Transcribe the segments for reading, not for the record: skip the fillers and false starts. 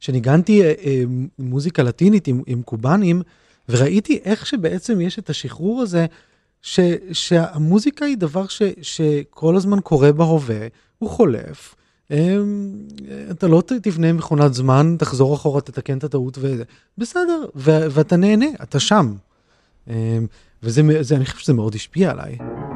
שניגנתי מוזיקה לטינית עם קובנים, וראיתי איך שבעצם יש את השחרור הזה, שהמוזיקה היא דבר שכל הזמן קורה בהווה, הוא חולף, אתה לא תבנה מכונת זמן, תחזור אחורה, תתקן את הטעות, בסדר, ואתה נהנה, אתה שם. וזה, אני חושב שזה מאוד השפיע עליי.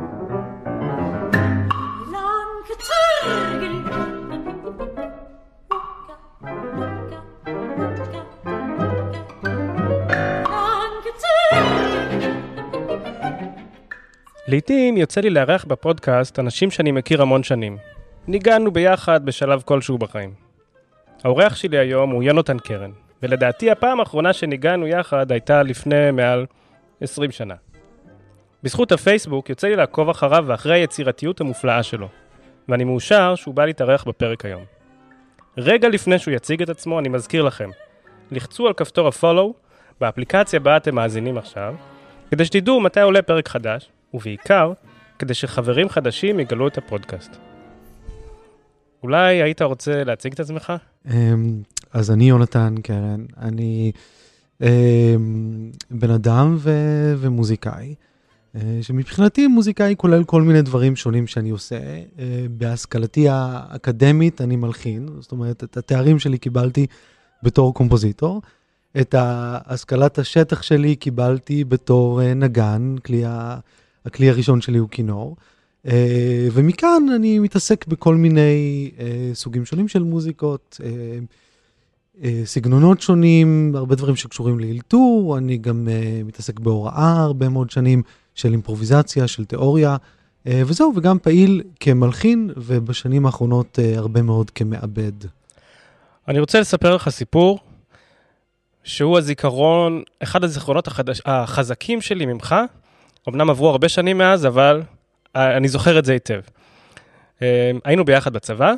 לעתים יוצא לי לארח בפודקאסט אנשים שאני מכיר המון שנים. ניגענו ביחד בשלב כלשהו בחיים. האורח שלי היום הוא יונתן קרן, ולדעתי הפעם האחרונה שניגענו יחד הייתה לפני מעל 20 שנה. בזכות הפייסבוק יוצא לי לעקוב אחריו ואחרי היצירתיות המופלאה שלו, ואני מאושר שהוא בא להתארח בפרק היום. רגע לפני שהוא יציג את עצמו אני מזכיר לכם, לחצו על כפתור הפולו באפליקציה בה אתם מאזינים עכשיו, כדי שתדעו מתי עולה פרק חדש, ובעיקר כדי שחברים חדשים יגלו את הפודקאסט. אולי היית רוצה להציג את עצמך? אז אני יונתן קרן, אני בן אדם ומוזיקאי, שמבחינתי מוזיקאי כולל כל מיני דברים שונים שאני עושה. בהשכלתי האקדמית אני מלחין, זאת אומרת, את התארים שלי קיבלתי בתור קומפוזיטור, את השכלת השטח שלי קיבלתי בתור נגן, הכלי הראשון שלי הוא כינור, ומכאן אני מתעסק בכל מיני סוגים שונים של מוזיקות, סגנונות שונים, הרבה דברים שקשורים לאלתור, אני גם מתעסק בהוראה הרבה מאוד שנים של אימפרוביזציה, של תיאוריה, וזהו, וגם פעיל כמלחין, ובשנים האחרונות הרבה מאוד כמעבד. אני רוצה לספר לך סיפור, שהוא הזיכרון, אחד הזיכרונות החזקים שלי ממך, אמנם עברו הרבה שנים מאז, אבל אני זוכר את זה היטב. היינו ביחד בצבא,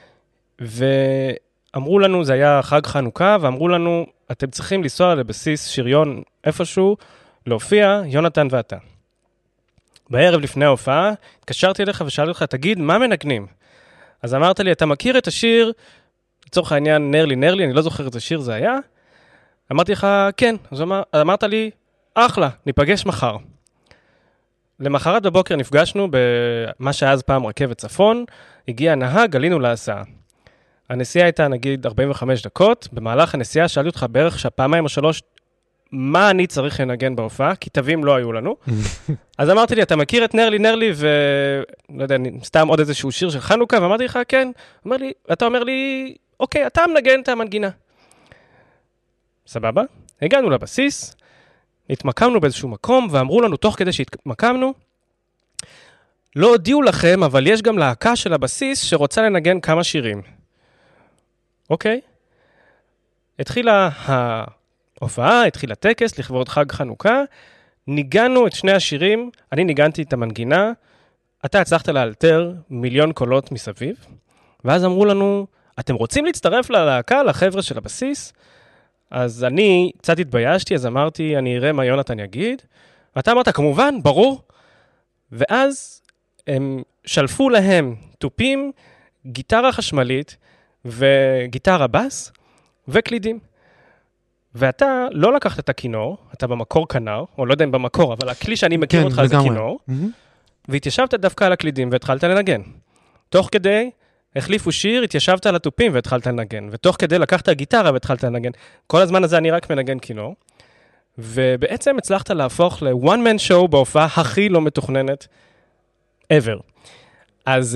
ואמרו לנו, זה היה חג חנוכה, ואמרו לנו, אתם צריכים לנסוע לבסיס שריון איפשהו, להופיע, יונתן ואתה. בערב לפני ההופעה, התקשרתי אליך ושאלתי לך, תגיד, מה מנגנים? אז אמרת לי, אתה מכיר את השיר, לצורך העניין, נרלי, אני לא זוכר את השיר, זה היה? אמרתי לך, כן. אז אמרת לי, אחלה, ניפגש מחר. למחרת בבוקר נפגשנו במה שאז פעם רכבת צפון, הגיע נהג, עלינו להסעה. הנסיעה הייתה נגיד 45 דקות, במהלך הנסיעה שאלתי אותך בערך שהפעמיים או 3, מה אני צריך לנגן בהופעה, כי תווים לא היו לנו. אז אמרתי לי, אתה מכיר את נרלי, ולא יודע, סתם עוד איזשהו שיר של חנוכה, ואמרתי לך, כן. אתה אומר לי, אוקיי, אתה מנגן את המנגינה. סבבה? הגענו לבסיס, התמקמנו באיזשהו מקום, ואמרו לנו, תוך כדי שהתמקמנו, לא הודיעו לכם, אבל יש גם להקה של הבסיס שרוצה לנגן כמה שירים. אוקיי? התחילה ההופעה, התחיל הטקס, לכבוד חג חנוכה, ניגענו את שני השירים, אני ניגנתי את המנגינה, אתה הצלחת לאלתר 1,000,000 קולות מסביב, ואז אמרו לנו, אתם רוצים להצטרף ללהקה, לחבר'ה של הבסיס? אז אני קצת התביישתי, אז אמרתי, אני אראה מה יונתן יגיד, ואתה אמרת, כמובן, ברור, ואז הם שלפו להם טופים, גיטרה חשמלית, וגיטרה בס, וקלידים. ואתה לא לקחת את הכינור, אתה במקור כנר, או לא יודע אם במקור, אבל הכלי שאני מכיר אותך זה כינור, והתיישבת דווקא על הקלידים והתחלת לנגן. תוך כדי, החליפו שיר, התיישבת על הטופים והתחלת לנגן, ותוך כדי לקחת הגיטרה והתחלת לנגן. כל הזמן הזה אני רק מנגן כינור, ובעצם הצלחת להפוך ל-one man show בהופעה הכי לא מתוכננת ever. אז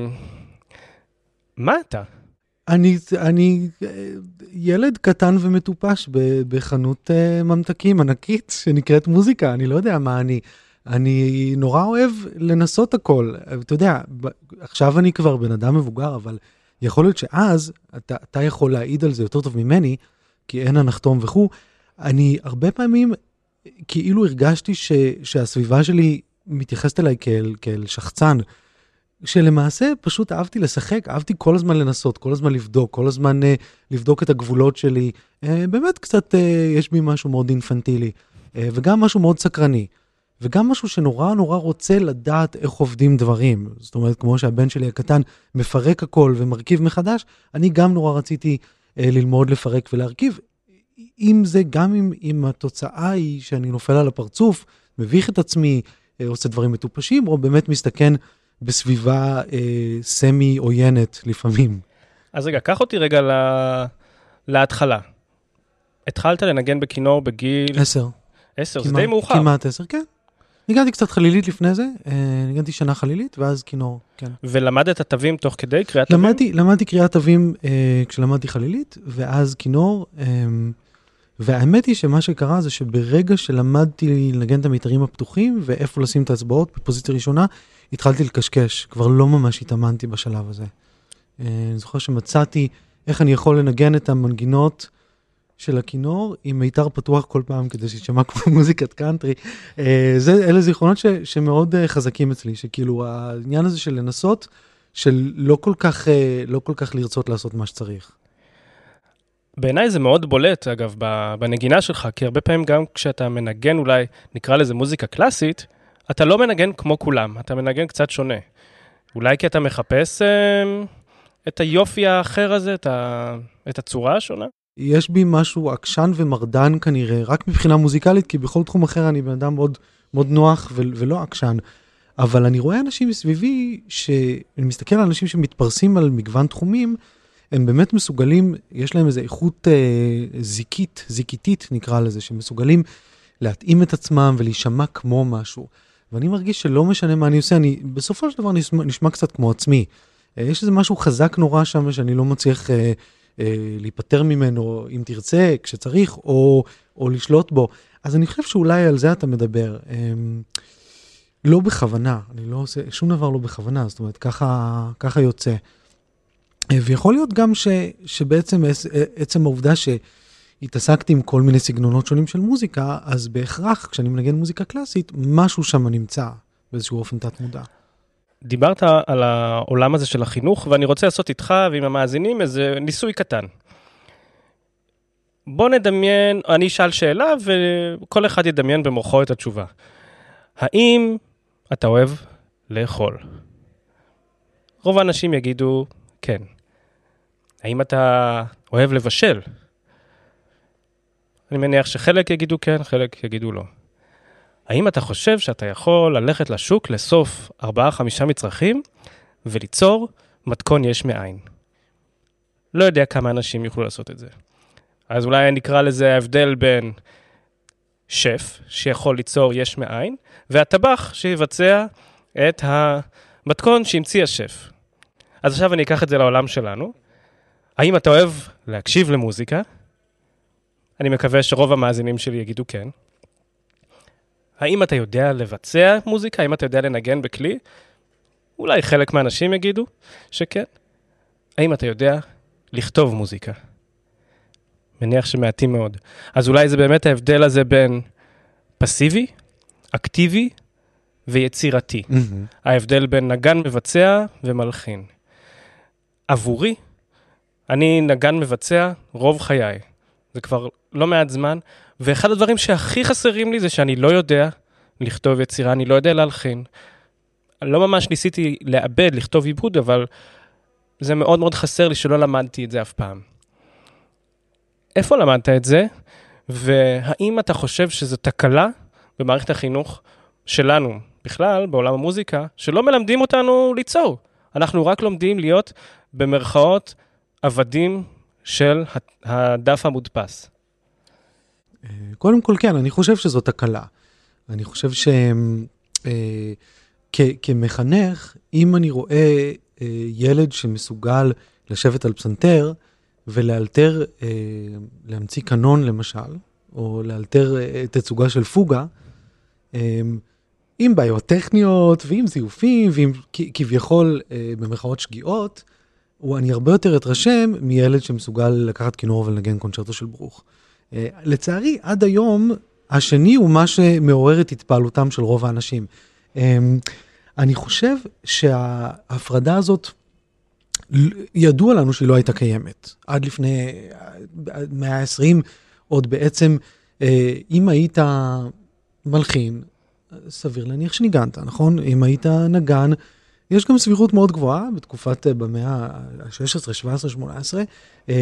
מה אתה? אני ילד קטן ומטופש בחנות ממתקים ענקית שנקראת מוזיקה, אני לא יודע מה אני נורא אוהב לנסות הכל, אתה יודע, עכשיו אני כבר בן אדם מבוגר, אבל יכול להיות שאז אתה יכול להעיד על זה יותר טוב ממני, כי אין הנחתום וכו', אני הרבה פעמים כאילו הרגשתי שהסביבה שלי מתייחסת אליי כאל שחצן, שלמעשה פשוט אהבתי לשחק, אהבתי כל הזמן לנסות, כל הזמן לבדוק, כל הזמן לבדוק את הגבולות שלי. באמת קצת יש בי משהו מאוד אינפנטילי, וגם משהו מאוד סקרני, וגם משהו שנורא נורא רוצה לדעת איך עובדים דברים. זאת אומרת, כמו שהבן שלי הקטן מפרק הכל ומרכיב מחדש, אני גם נורא רציתי ללמוד, לפרק ולהרכיב. אם זה, גם אם התוצאה היא שאני נופל על הפרצוף, מביך את עצמי, עושה דברים מטופשים, או באמת מסתכן בסביבה סמי עוינת לפעמים. אז רגע, קח אותי רגע להתחלה. התחלת לנגן בכינור בגיל... 10. 10, זה די מאוחר. כמעט 10, כן. ניגנתי קצת חלילית לפני זה, ניגנתי שנה חלילית, ואז כינור, כן. ולמדת תווים תוך כדי קריאת תווים? למדתי קריאת תווים כשלמדתי חלילית, ואז כינור, והאמת היא שמה שקרה זה שברגע שלמדתי לנגן את המיתרים הפתוחים, ואיפה לשים את האצבעות בפוזיציה ראשונה, התחלתי לקשקש, כבר לא ממש התאמנתי בשלב הזה. אני זוכר שמצאתי איך אני יכול לנגן את המנגינות של הכינור עם מיתר פתוח כל פעם, כדי שישמע כמו מוזיקת קאנטרי. אלה זיכרונות שמאוד חזקים אצלי, שכאילו העניין הזה של לנסות, של לא כל כך לרצות לעשות מה שצריך. בעיניי זה מאוד בולט, אגב, בנגינה שלך, כי הרבה פעמים גם כשאתה מנגן אולי, נקרא לזה מוזיקה קלאסית, אתה לא מנגן כמו כולם, אתה מנגן קצת שונה. אולי כי אתה מחפש את היופי האחר הזה, את הצורה השונה? יש בי משהו עקשן ומרדן כנראה, רק מבחינה מוזיקלית, כי בכל תחום אחר אני בן אדם מאוד, מאוד נוח ולא עקשן. אבל אני רואה אנשים מסביבי, שאני מסתכל על אנשים שמתפרסים על מגוון תחומים, הם באמת מסוגלים, יש להם איזו איכות זיקיתית נקרא לזה, שמסוגלים להתאים את עצמם ולהישמע כמו משהו. ואני מרגיש שלא משנה מה אני עושה, אני בסופו של דבר נשמע קצת כמו עצמי. יש איזה משהו חזק נורא שם שאני לא מצליח להיפטר ממנו, אם תרצה, כשצריך, או לשלוט בו. אז אני חושב שאולי על זה אתה מדבר. לא בכוונה, אני לא עושה שום דבר לא בכוונה, זאת אומרת, ככה יוצא. ויכול להיות גם שבעצם עצם העובדה שהתעסקתי עם כל מיני סגנונות שונים של מוזיקה, אז בהכרח, כשאני מנגן מוזיקה קלאסית, משהו שם נמצא באיזשהו אופן תת מודע. דיברת על העולם הזה של החינוך, ואני רוצה לעשות איתך ועם המאזינים איזה ניסוי קטן. בוא נדמיין, אני אשאל שאלה, וכל אחד ידמיין במוחו את התשובה. האם אתה אוהב לאכול? רוב האנשים יגידו כן. האם אתה אוהב לבשל? אני מניח שחלק יגידו כן, חלק יגידו לא. האם אתה חושב שאתה יכול ללכת לשוק לסוף 4-5 מצרכים וליצור מתכון יש מאין? לא יודע כמה אנשים יוכלו לעשות את זה. אז אולי נקרא לזה ההבדל בין שף שיכול ליצור יש מאין, והטבח שיבצע את המתכון שהמציא השף. אז עכשיו אני אקח את זה לעולם שלנו. האם אתה אוהב להקשיב למוזיקה? אני מקווה שרוב המאזינים שלי יגידו כן. האם אתה יודע לבצע מוזיקה? האם אתה יודע לנגן בכלי? אולי חלק מהאנשים יגידו שכן. האם אתה יודע לכתוב מוזיקה? מניח שמעטים מאוד. אז אולי זה באמת ההבדל הזה בין פסיבי, אקטיבי ויצירתי. ההבדל בין נגן מבצע ומלחין. עבורי, אני נגן מבצע רוב חיי. זה כבר לא מעט זמן, ואחד הדברים שהכי חסרים לי זה שאני לא יודע לכתוב יצירה, אני לא יודע להלחין. לא ממש ניסיתי לאבד, לכתוב עיבוד, אבל זה מאוד מאוד חסר לי שלא למדתי את זה אף פעם. איפה למדת את זה? והאם אתה חושב שזו תקלה במערכת החינוך שלנו, בכלל, בעולם המוזיקה, שלא מלמדים אותנו ליצור? אנחנו רק לומדים להיות במרכאות עבדים של הדף המודפס. קודם כל כן, אני חושב שזאת תקלה. אני חושב כמחנך, אם אני רואה ילד שמסוגל לשבת על פסנתר, ולאלתר, להמציא קנון למשל, או לאלתר תצוגה של פוגה, עם בעיות טכניות, ועם זיופים, ועם כביכול במרכאות שגיאות, אני הרבה יותר אתרשם מילד שמסוגל לקחת כינור ולנגן קונצ'רטו של ברוך. לצערי, עד היום, השני הוא מה שמעורר את התפעלותם של רוב האנשים. אני חושב שההפרדה הזאת, ידוע לנו שהיא לא הייתה קיימת. עד לפני 120, עוד בעצם, אם היית מלחין, סביר להניח שניגנת, נכון? אם היית נגן, יש גם סבירות מאוד גבוהה, בתקופת במאה ה-16, 17, 18,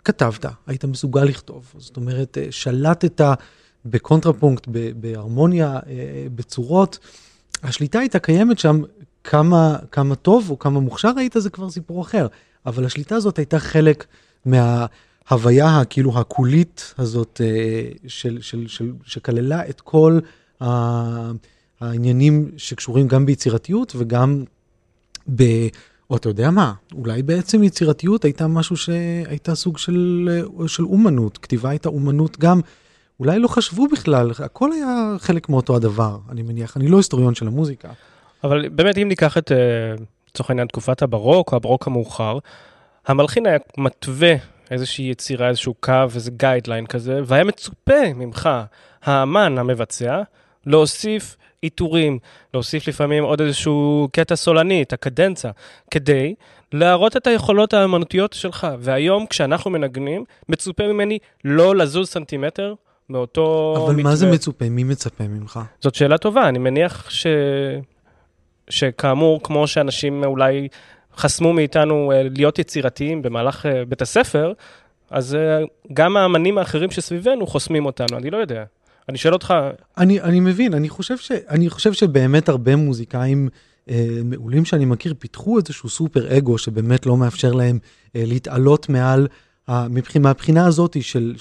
כתבת, היית מסוגל לכתוב. זאת אומרת, שלטת בקונטרפונקט, בהרמוניה, בצורות. השליטה הייתה קיימת שם, כמה טוב או כמה מוכשר היית, זה כבר סיפור אחר. אבל השליטה הזאת הייתה חלק מההוויה כאילו הקולית הזאת, שכללה את כל העניינים שקשורים גם ביצירתיות וגם או אתה יודע מה, אולי בעצם יצירתיות הייתה משהו שהייתה סוג של אומנות, כתיבה הייתה אומנות גם, אולי לא חשבו בכלל, הכל היה חלק מאותו הדבר, אני מניח, אני לא היסטוריון של המוזיקה. אבל באמת אם ניקח את, לצורך העניין, תקופת הברוק או הברוק המאוחר, המלחין היה מתווה איזושהי יצירה, איזשהו קו, איזה גיידליין כזה, והיה מצופה ממך, האמן המבצע, להוסיף איתורים, להוסיף לפעמים עוד איזשהו קטע סולני, את הקדנצה, כדי להראות את היכולות האמנותיות שלך. והיום כשאנחנו מנגנים, מצופה ממני לא לזוז סנטימטר מאותו אבל מתווה. מה זה מצופה? מי מצפה ממך? זאת שאלה טובה. אני מניח שכאמור, כמו שאנשים אולי חסמו מאיתנו להיות יצירתיים במהלך בית הספר, אז גם האמנים האחרים שסביבנו חוסמים אותנו. אני לא יודע. אני שואל אותך... אני מבין, אני חושב שבאמת הרבה מוזיקאים מעולים שאני מכיר פיתחו איזשהו סופר אגו שבאמת לא מאפשר להם להתעלות מעל, מהבחינה הזאת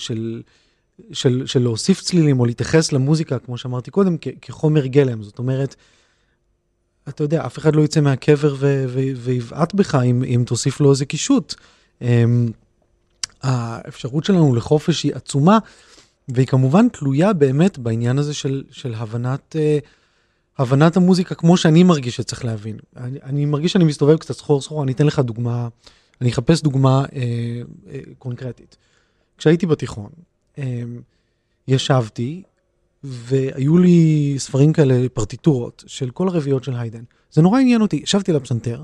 של להוסיף צלילים או להתייחס למוזיקה, כמו שאמרתי קודם, כחומר גלם. זאת אומרת, אתה יודע, אף אחד לא יצא מהקבר ויבעט בך אם תוסיף לו איזה קישוט. האפשרות שלנו לחופש היא עצומה, והיא כמובן תלויה באמת בעניין הזה של הבנת המוזיקה, כמו שאני מרגיש שצריך להבין. אני מרגיש שאני מסתובב קצת סחור, אני אתן לך דוגמה, אני אחפש דוגמה קונקרטית. כשהייתי בתיכון, ישבתי, והיו לי ספרים כאלה, פרטיטורות, של כל הרביעיות של היידן. זה נורא עניין אותי, ישבתי לפסנתר,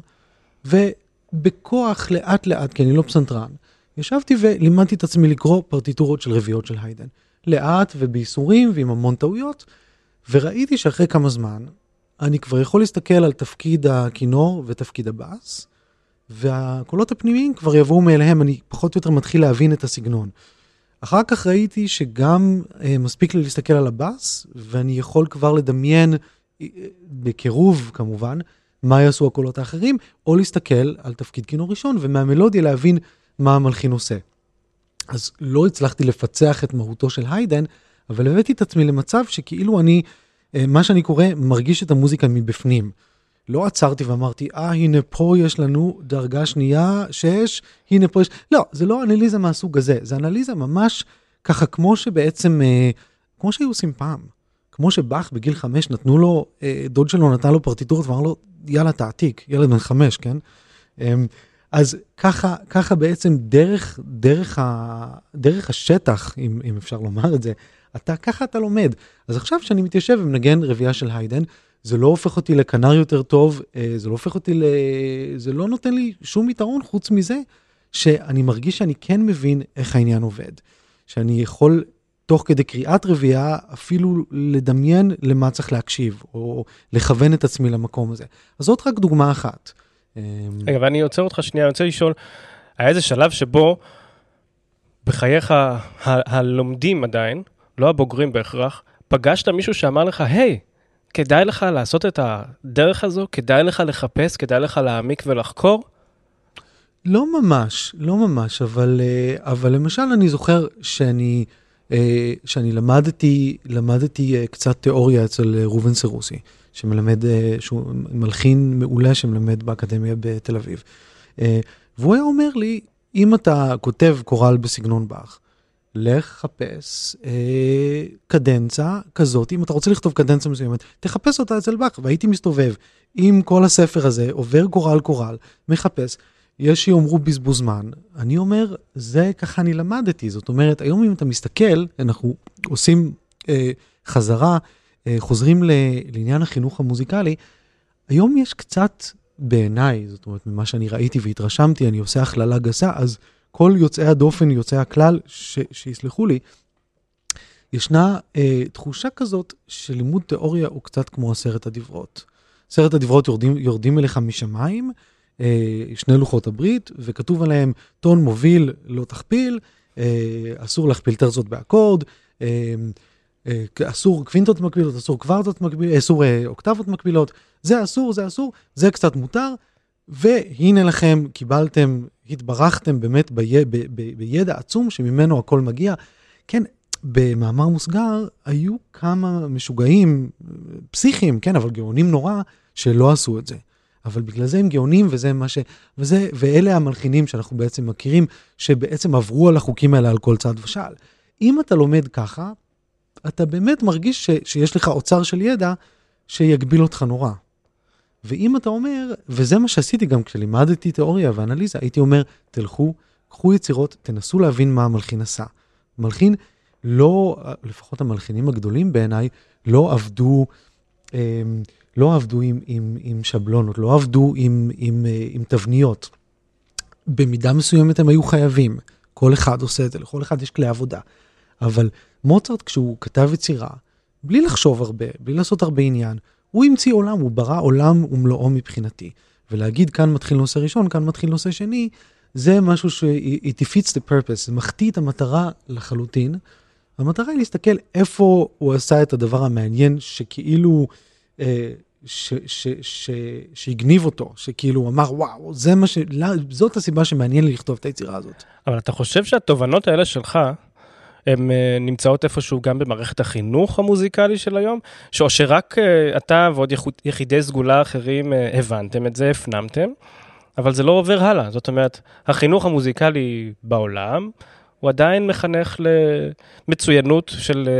ובכוח לאט לאט, כי אני לא פסנתרן, ישבתי ולימדתי את עצמי לקרוא פרטיטורות של רביעיות של היידן. לאט ובייסורים ועם המון טעויות, וראיתי שאחרי כמה זמן, אני כבר יכול להסתכל על תפקיד הכינור ותפקיד הבאס, והקולות הפנימיים כבר יבואו מאליהם, אני פחות או יותר מתחיל להבין את הסגנון. אחר כך ראיתי שגם מספיק לי להסתכל על הבאס, ואני יכול כבר לדמיין, בקירוב כמובן, מה יעשו הקולות האחרים, או להסתכל על תפקיד כינור ראשון, ומהמלודיה להבין מה המלחין עושה. אז לא הצלחתי לפצח את מהותו של היידן, אבל הבאתי את עצמי למצב שכאילו אני, מה שאני קורא, מרגיש את המוזיקה מבפנים. לא עצרתי ואמרתי, הנה פה יש לנו דרגה שנייה, 6, הנה פה יש... לא, זה לא אנליזה מהסוג הזה, זה אנליזה ממש ככה כמו שבעצם, כמו שהיו עושים פעם. כמו שבח בגיל 5 נתנו לו, דוד שלו נתן לו פרטיטורות ואמר לו, יאללה תעתיק, ילד בן 5, כן? אז ככה בעצם דרך השטח, אם אפשר לומר את זה, ככה אתה לומד. אז עכשיו שאני מתיישב ומנגן רביעה של היידן, זה לא הופך אותי לקנר יותר טוב, זה לא נותן לי שום יתרון חוץ מזה, שאני מרגיש שאני כן מבין איך העניין עובד. שאני יכול תוך כדי קריאת רביעה אפילו לדמיין למה צריך להקשיב, או לכוון את עצמי למקום הזה. אז זאת רק דוגמה אחת. רגע, ואני עוצר אותך שנייה, אני רוצה לשאול, היה איזה שלב שבו בחייך הלומדים עדיין, לא הבוגרים בהכרח, פגשת מישהו שאמר לך, היי, כדאי לך לעשות את הדרך הזו, כדאי לך לחפש, כדאי לך להעמיק ולחקור? לא ממש, אבל למשל אני זוכר שאני למדתי קצת תיאוריה אצל רובן סרוסי, שמלמד, שהוא מלחין מעולה שמלמד באקדמיה בתל אביב. והוא היה אומר לי, אם אתה כותב קורל בסגנון באך, לך חפש קדנצה כזאת, אם אתה רוצה לכתוב קדנצה מסוימת, תחפש אותה אצל באך, והייתי מסתובב עם כל הספר הזה, עובר קורל, מחפש, יש שיאמרו בזבוז זמן, אני אומר, זה ככה אני למדתי, זאת אומרת, היום אם אתה מסתכל, אנחנו עושים חזרה, חוזרים לעניין החינוך המוזיקלי, היום יש קצת בעיניי, זאת אומרת, ממה שאני ראיתי והתרשמתי, אני עושה הכללה גסה, אז כל יוצאי הדופן, יוצאי הכלל, שיסלחו לי, ישנה תחושה כזאת שלימוד תיאוריה הוא קצת כמו 10 הדברות. 10 הדברות יורדים אליך משמיים, שני לוחות הברית, וכתוב עליהם טון מוביל לא תכפיל, אסור להכפיל טרצות באקורד, אסור קווינטות מקבילות, אסור קוורטות מקבילות, אסור אוקטבות מקבילות, זה אסור, זה אסור, זה קצת מותר, והנה לכם, קיבלתם, התברכתם באמת בידע עצום שממנו הכל מגיע. כן, במאמר מוסגר היו כמה משוגעים פסיכיים, כן, אבל גאונים נורא שלא עשו את זה. אבל בגלל זה הם גאונים, ואלה המלחינים שאנחנו בעצם מכירים, שבעצם עברו על החוקים האלה על כל צד ושל. אם אתה לומד ככה, אתה באמת מרגיש שיש לך אוצר של ידע שיגביל אותך נורא. ואם אתה אומר, וזה מה שעשיתי גם כשלימדתי תיאוריה ואנליזה, הייתי אומר, תלכו, קחו יצירות, תנסו להבין מה המלחין עשה. מלחין לא, לפחות המלחינים הגדולים בעיניי, לא עבדו עם שבלונות, לא עבדו עם תבניות. במידה מסוימת הם היו חייבים. כל אחד עושה את זה, לכל אחד יש כלי עבודה. אבל מוצרט, כשהוא כתב יצירה, בלי לחשוב הרבה, בלי לעשות הרבה עניין, הוא המציא עולם, הוא ברא עולם ומלואו מבחינתי. ולהגיד, כאן מתחיל נושא ראשון, כאן מתחיל נושא שני, זה משהו it defeats the purpose, זה מחטיא את המטרה לחלוטין. המטרה היא להסתכל איפה הוא עשה את הדבר המעניין, שכאילו, שהגניב אותו, שכאילו הוא אמר, וואו, זאת הסיבה שמעניין לי לכתוב את היצירה הזאת. אבל אתה חושב שהתובנות האלה שלך, הן נמצאות איפשהו גם במערכת החינוך המוזיקלי של היום, או שרק אתה ועוד יחידי סגולה אחרים הבנתם את זה, הפנמתם, אבל זה לא עובר הלאה. זאת אומרת, החינוך המוזיקלי בעולם, הוא עדיין מחנך למצוינות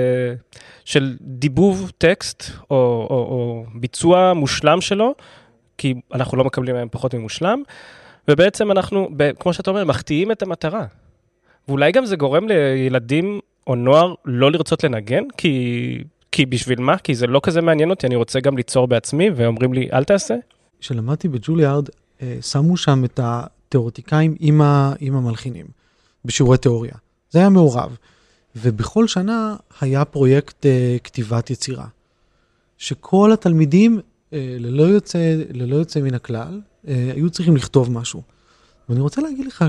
של דיבוב טקסט, או ביצוע מושלם שלו, כי אנחנו לא מקבלים מהם פחות ממושלם, ובעצם אנחנו, כמו שאתה אומר, מחטיאים את המטרה. ואולי גם זה גורם לילדים או נוער לא לרצות לנגן, כי בשביל מה? כי זה לא כזה מעניין אותי, אני רוצה גם ליצור בעצמי, ואומרים לי, אל תעשה. כשלמדתי בג'וליארד, שמו שם את התיאורטיקאים עם המלחינים, בשיעורי תיאוריה. זה היה מעורב. ובכל שנה היה פרויקט כתיבת יצירה, שכל התלמידים, ללא יוצא מן הכלל, היו צריכים לכתוב משהו. ואני רוצה להגיד לך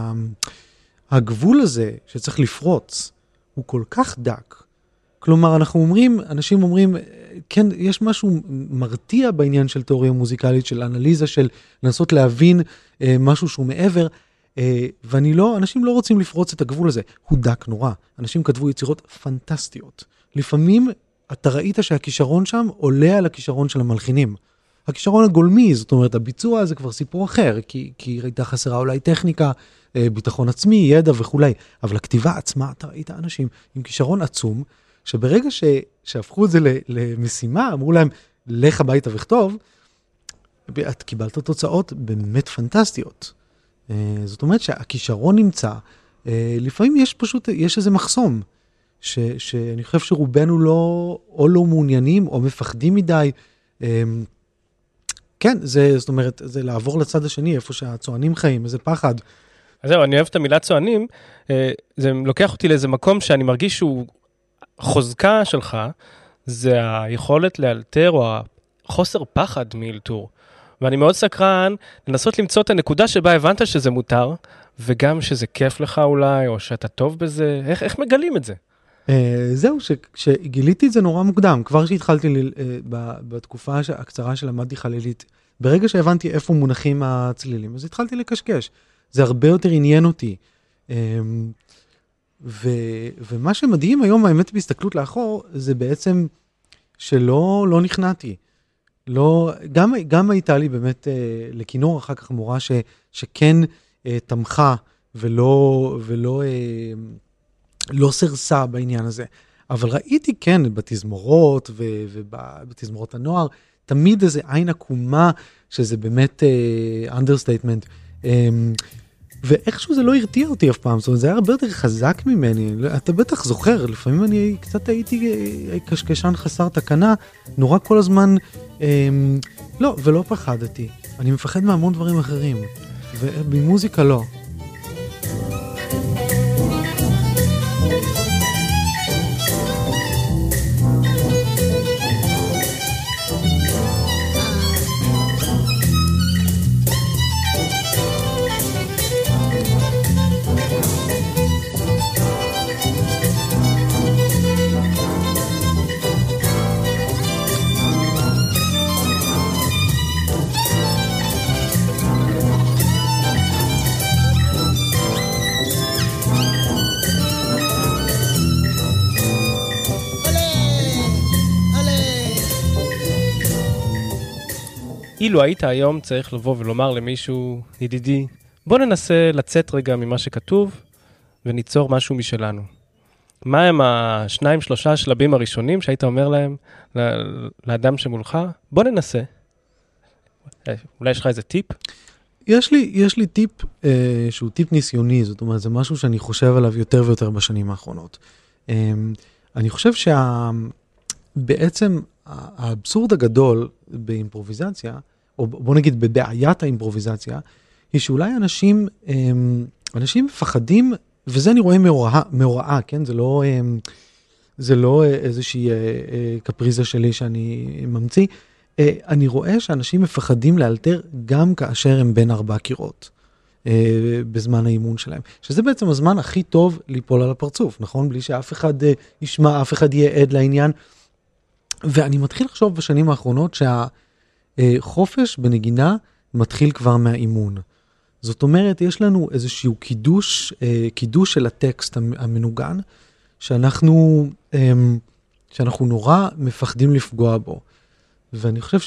הגבול הזה שצריך לפרוץ, הוא כל כך דק. כלומר, אנשים אומרים, כן, יש משהו מרתיע בעניין של תיאוריה מוזיקלית, של אנליזה, של לנסות להבין משהו שהוא מעבר, אנשים לא רוצים לפרוץ את הגבול הזה. הוא דק נורא. אנשים כתבו יצירות פנטסטיות. לפעמים אתה ראית שהכישרון שם עולה על הכישרון של המלחינים. הכישרון הגולמי, זאת אומרת, הביצוע זה כבר סיפור אחר, כי הייתה חסרה אולי טכניקה, ביטחון עצמי, ידע וכו'. אבל הכתיבה עצמה, אתה ראית אנשים עם כישרון עצום, שברגע שהפכו את זה למשימה, אמרו להם, לך הביתה וכתוב, את קיבלת תוצאות באמת פנטסטיות. זאת אומרת שהכישרון נמצא, לפעמים יש איזה מחסום, שאני חושב שרובנו או לא מעוניינים, או מפחדים מדי, כן, זאת אומרת, זה לעבור לצד השני, איפה שהצוענים חיים, איזה פחד. אז זהו, אני אוהב את המילה צוענים, זה לוקח אותי לאיזה מקום שאני מרגיש שהוא חוזקה שלך, זה היכולת לאלתר, או החוסר פחד מאלתור. ואני מאוד סקרן לנסות למצוא את הנקודה שבה הבנת שזה מותר, וגם שזה כיף לך אולי, או שאתה טוב בזה, איך מגלים את זה? זהו, שגיליתי את זה נורא מוקדם, כבר שהתחלתי בתקופה הקצרה שלמדתי חלילית, ברגע שהבנתי איפה מונחים הצלילים, אז התחלתי לקשקש. זה הרבה יותר עניין אותי. ומה שמדהים היום, האמת בהסתכלות לאחור, זה בעצם שלא נכנעתי. גם הייתה לי באמת לכינור, אחר כך מורה שכן תמכה ולא סרסה בעניין הזה. אבל ראיתי כן בתזמורות ובתזמורות הנוער, תמיד איזה עין עקומה, שזה באמת understatement, ואיכשהו זה לא הרתיע אותי אף פעם, זאת אומרת, זה היה הרבה יותר חזק ממני, אתה בטח זוכר, לפעמים אני קצת הייתי קשקשן חסר תקנה, נורא כל הזמן, ולא פחדתי, אני מפחד מהמון דברים אחרים, ובמוזיקה לא. אילו היית היום צריך לבוא ולומר למישהו, ידידי, בוא ננסה לצאת רגע ממה שכתוב וניצור משהו משלנו. מה הם השניים, שלושה שלבים הראשונים שהיית אומר להם, לאדם שמולך? בוא ננסה. אולי יש לך איזה טיפ? יש לי טיפ שהוא טיפ ניסיוני, זאת אומרת, זה משהו שאני חושב עליו יותר ויותר בשנים האחרונות. אני חושב שבעצם האבסורד הגדול באימפרוביזציה, או בוא נגיד בבעיית האימפרוביזציה, היא שאולי אנשים מפחדים, וזה אני רואה מהוראה, כן? זה לא איזושהי קפריזה שלי שאני ממציא, אני רואה שאנשים מפחדים לאלתר גם כאשר הם בין 4 קירות בזמן האימון שלהם. שזה בעצם הזמן הכי טוב ליפול על הפרצוף, נכון? בלי שאף אחד ישמע, אף אחד יהיה עד לעניין. ואני מתחיל לחשוב בשנים האחרונות שהחופש בנגינה מתחיל כבר מהאימון. זאת אומרת, יש לנו איזשהו קידוש של הטקסט המנוגן, שאנחנו נורא מפחדים לפגוע בו. ואני חושב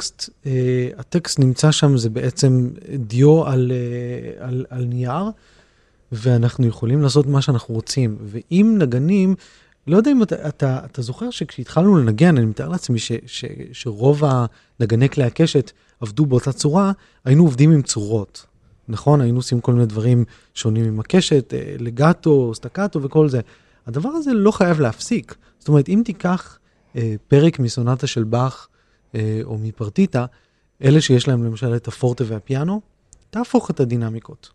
שהטקסט נמצא שם, זה בעצם דיו על נייר, ואנחנו יכולים לעשות מה שאנחנו רוצים. ואם נגנים, לא יודע אם אתה זוכר שכשהתחלנו לנגן, אני מתאר לעצמי שרוב הנגני כלי הקשת עבדו באותה צורה, היינו עובדים עם צורות, נכון? היינו עושים כל מיני דברים שונים עם הקשת, לגאטו, סטקאטו וכל זה. הדבר הזה לא חייב להפסיק. זאת אומרת, אם תיקח פרק מסונטה של באך, או מפרטיטה, אלה שיש להם למשל את הפורטה והפיאנו, תהפוך את הדינמיקות.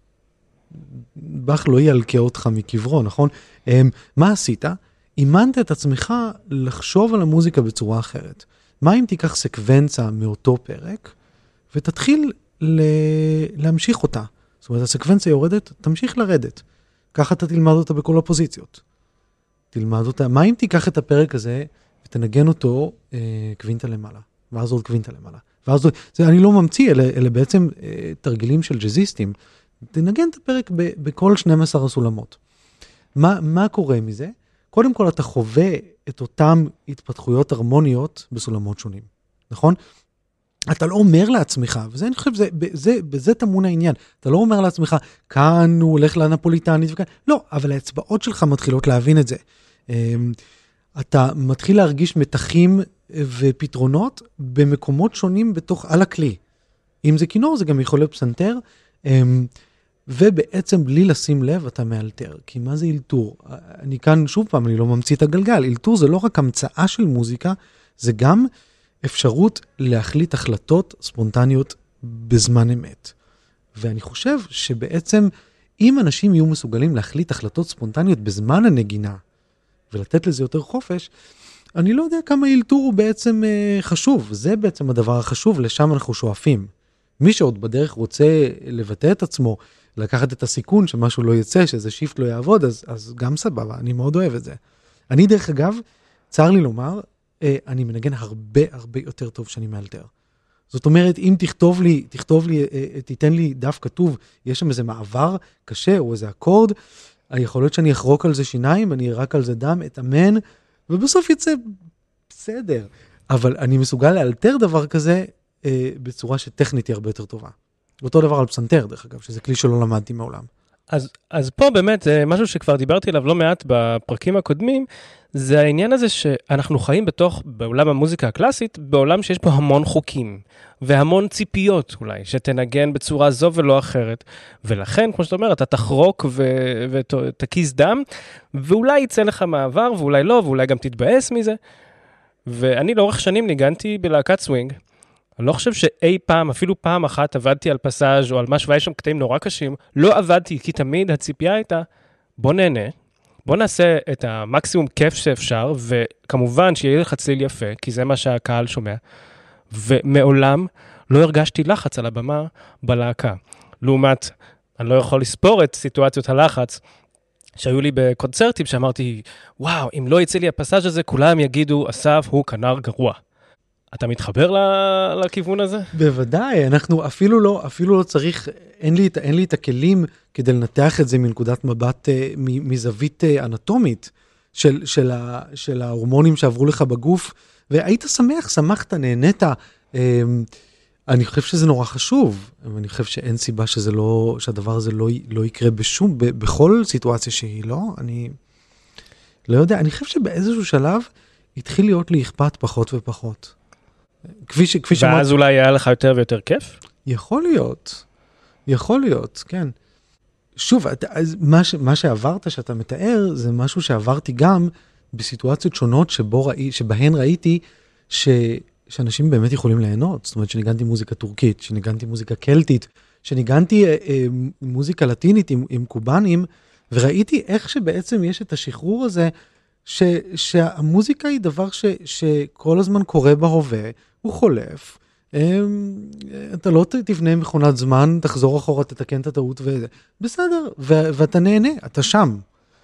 באך לא ילקה אותך מקברו, נכון? מה עשית? אימנת את עצמך לחשוב על המוזיקה בצורה אחרת. מה אם תיקח סקוונציה מאותו פרק, ותתחיל להמשיך אותה. זאת אומרת, הסקוונציה יורדת, תמשיך לרדת. ככה אתה תלמד אותה בכל הפוזיציות. תלמד אותה. מה אם תיקח את הפרק הזה, ותנגן אותו קווינטה למעלה, ואז עוד קווינטה למעלה. זה אני לא ממציא, אלה בעצם תרגילים של ג'זיסטים. תנגן את הפרק בכל 12 הסולמות. מה קורה מזה? קודם כל אתה חווה את אותם התפתחויות הרמוניות בסולמות שונים, נכון? אתה לא אומר לעצמך, וזה אני חושב, בזה תמון העניין, אתה לא אומר לעצמך, כאן הוא הולך לנפוליטנית וכאן, לא, אבל האצבעות שלך מתחילות להבין את זה. אתה מתחיל להרגיש מתחים ופתרונות במקומות שונים על הכלי. אם זה כינור, זה גם יכול להיות פסנתר, ובעצם בלי לשים לב אתה מאלתר. כי מה זה אילתור? אני כאן שוב פעם, אני לא ממציא את הגלגל. אילתור זה לא רק המצאה של מוזיקה, זה גם אפשרות להחליט החלטות ספונטניות בזמן אמת. ואני חושב שבעצם אם אנשים יהיו מסוגלים להחליט החלטות ספונטניות בזמן הנגינה, ולתת לזה יותר חופש, אני לא יודע כמה אילתור הוא בעצם חשוב. זה בעצם הדבר החשוב, לשם אנחנו שואפים. מי שעוד בדרך רוצה לבטא את עצמו, לקחת את הסיכון שמשהו לא יצא, שזה שיפט לא יעבוד, אז גם סבבה, אני מאוד אוהב את זה. אני דרך אגב, צר לי לומר, אני מנגן הרבה יותר טוב שאני מאלתר. זאת אומרת, אם תכתוב לי, תיתן לי דף כתוב, יש שם איזה מעבר קשה, או איזה אקורד, יכול להיות שאני אחרוק על זה שיניים, אני ארק על זה דם, אתאמן, ובסוף יצא בסדר. אבל אני מסוגל לאלתר דבר כזה בצורה שטכנית היא הרבה יותר טובה. אותו דבר על פסנתר, דרך אגב, שזה כלי שלא למדתי מעולם. אז פה באמת, משהו שכבר דיברתי עליו לא מעט בפרקים הקודמים, זה העניין הזה שאנחנו חיים בעולם המוזיקה הקלאסית, בעולם שיש פה המון חוקים, והמון ציפיות אולי, שתנגן בצורה זו ולא אחרת. ולכן, כמו שאתה אומר, אתה תחרוק ותקיז דם, ואולי יצא לך מעבר, ואולי לא, ואולי גם תתבאס מזה. ואני לאורך שנים ניגנתי בלהקת סווינג, אני לא חושב שאי פעם, אפילו פעם אחת עבדתי על פסאז' או על משהו, ויש שם קטעים נורא קשים, לא עבדתי, כי תמיד הציפייה הייתה, בוא נהנה, בוא נעשה את המקסימום כיף שאפשר, וכמובן שיהיה לך צליל יפה, כי זה מה שהקהל שומע, ומעולם לא הרגשתי לחץ על הבמה בלהקה. לעומת, אני לא יכול לספור את סיטואציות הלחץ, שהיו לי בקונצרטים שאמרתי, וואו, אם לא יצא לי הפסאז' הזה, כולם יגידו, אסף הוא כנר גרוע. אתה מתחבר לכיוון הזה? בוודאי, אנחנו אפילו לא צריך, אין לי את הכלים כדי לנתח את זה מנקודת מבט, מזווית אנטומית של ההורמונים שעברו לך בגוף, והיית שמחת, נהנית, אני חושב שזה נורא חשוב, ואני חושב שאין סיבה שהדבר הזה לא יקרה בכל סיטואציה שהיא, לא? אני לא יודע, אני חושב שבאיזשהו שלב התחיל להיות לי אכפת פחות ופחות. ואז אולי היה לך יותר ויותר כיף? יכול להיות, כן. שוב, מה שעברת, שאתה מתאר, זה משהו שעברתי גם בסיטואציות שונות שבהן ראיתי שאנשים באמת יכולים ליהנות. זאת אומרת, שניגנתי מוזיקה טורקית, שניגנתי מוזיקה קלטית, שניגנתי מוזיקה לטינית עם קובנים, וראיתי איך שבעצם יש את השחרור הזה, שהמוזיקה היא דבר שכל הזמן קורה בהווה, הוא חולף. אתה לא תבנה מכונת זמן, תחזור אחורה, תתקן את הטעות, בסדר, ואתה נהנה, אתה שם.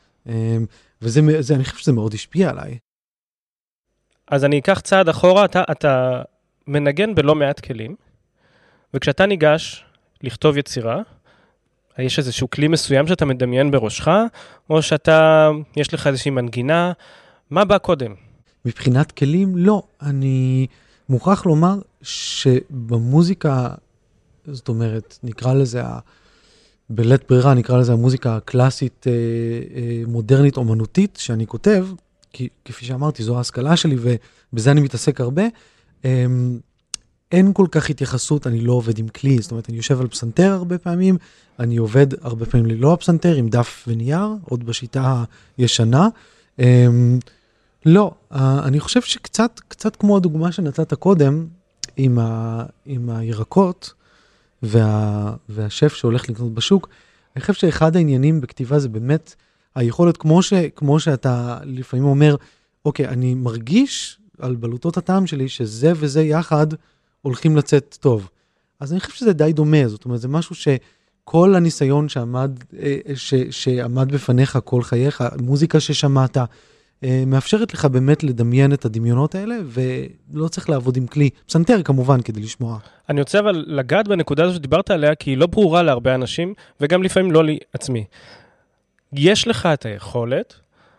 אני חושב שזה מאוד השפיע עליי. אז אני אקח צעד אחורה, אתה מנגן בלא מעט כלים, וכשאתה ניגש לכתוב יצירה, יש איזשהו כלי מסוים שאתה מדמיין בראשך, או יש לך איזושהי מנגינה, מה בא קודם? מבחינת כלים, לא. אני מוכרח לומר שבמוזיקה, זאת אומרת, נקרא לזה, בלית ברירה, נקרא לזה המוזיקה הקלאסית, מודרנית, אומנותית, שאני כותב, כי כפי שאמרתי, זו ההשכלה שלי, ובזה אני מתעסק הרבה, אין כל כך התייחסות, אני לא עובד עם כלי, זאת אומרת, אני יושב על פסנתר הרבה פעמים, אני עובד הרבה פעמים ללא הפסנתר, עם דף ונייר, עוד בשיטה הישנה. לא, אני חושב שקצת כמו הדוגמה שנתת קודם, עם הירקות, והשף שהולך לקנות בשוק, אני חושב שאחד העניינים בכתיבה זה באמת היכולת, כמו שאתה לפעמים אומר, אוקיי, אני מרגיש על בלוטות הטעם שלי, שזה וזה יחד הולכים לצאת טוב. אז אני חושב שזה די דומה, זאת אומרת, זה משהו שכל הניסיון שעמד בפניך כל חייך, מוזיקה ששמעת, מאפשרת לך באמת לדמיין את הדמיונות האלה, ולא צריך לעבוד עם כלי. פסנתר כמובן כדי לשמוע. אני רוצה אבל לגעת בנקודה הזו שדיברת עליה, כי היא לא ברורה להרבה אנשים, וגם לפעמים לא לי עצמי. יש לך את היכולת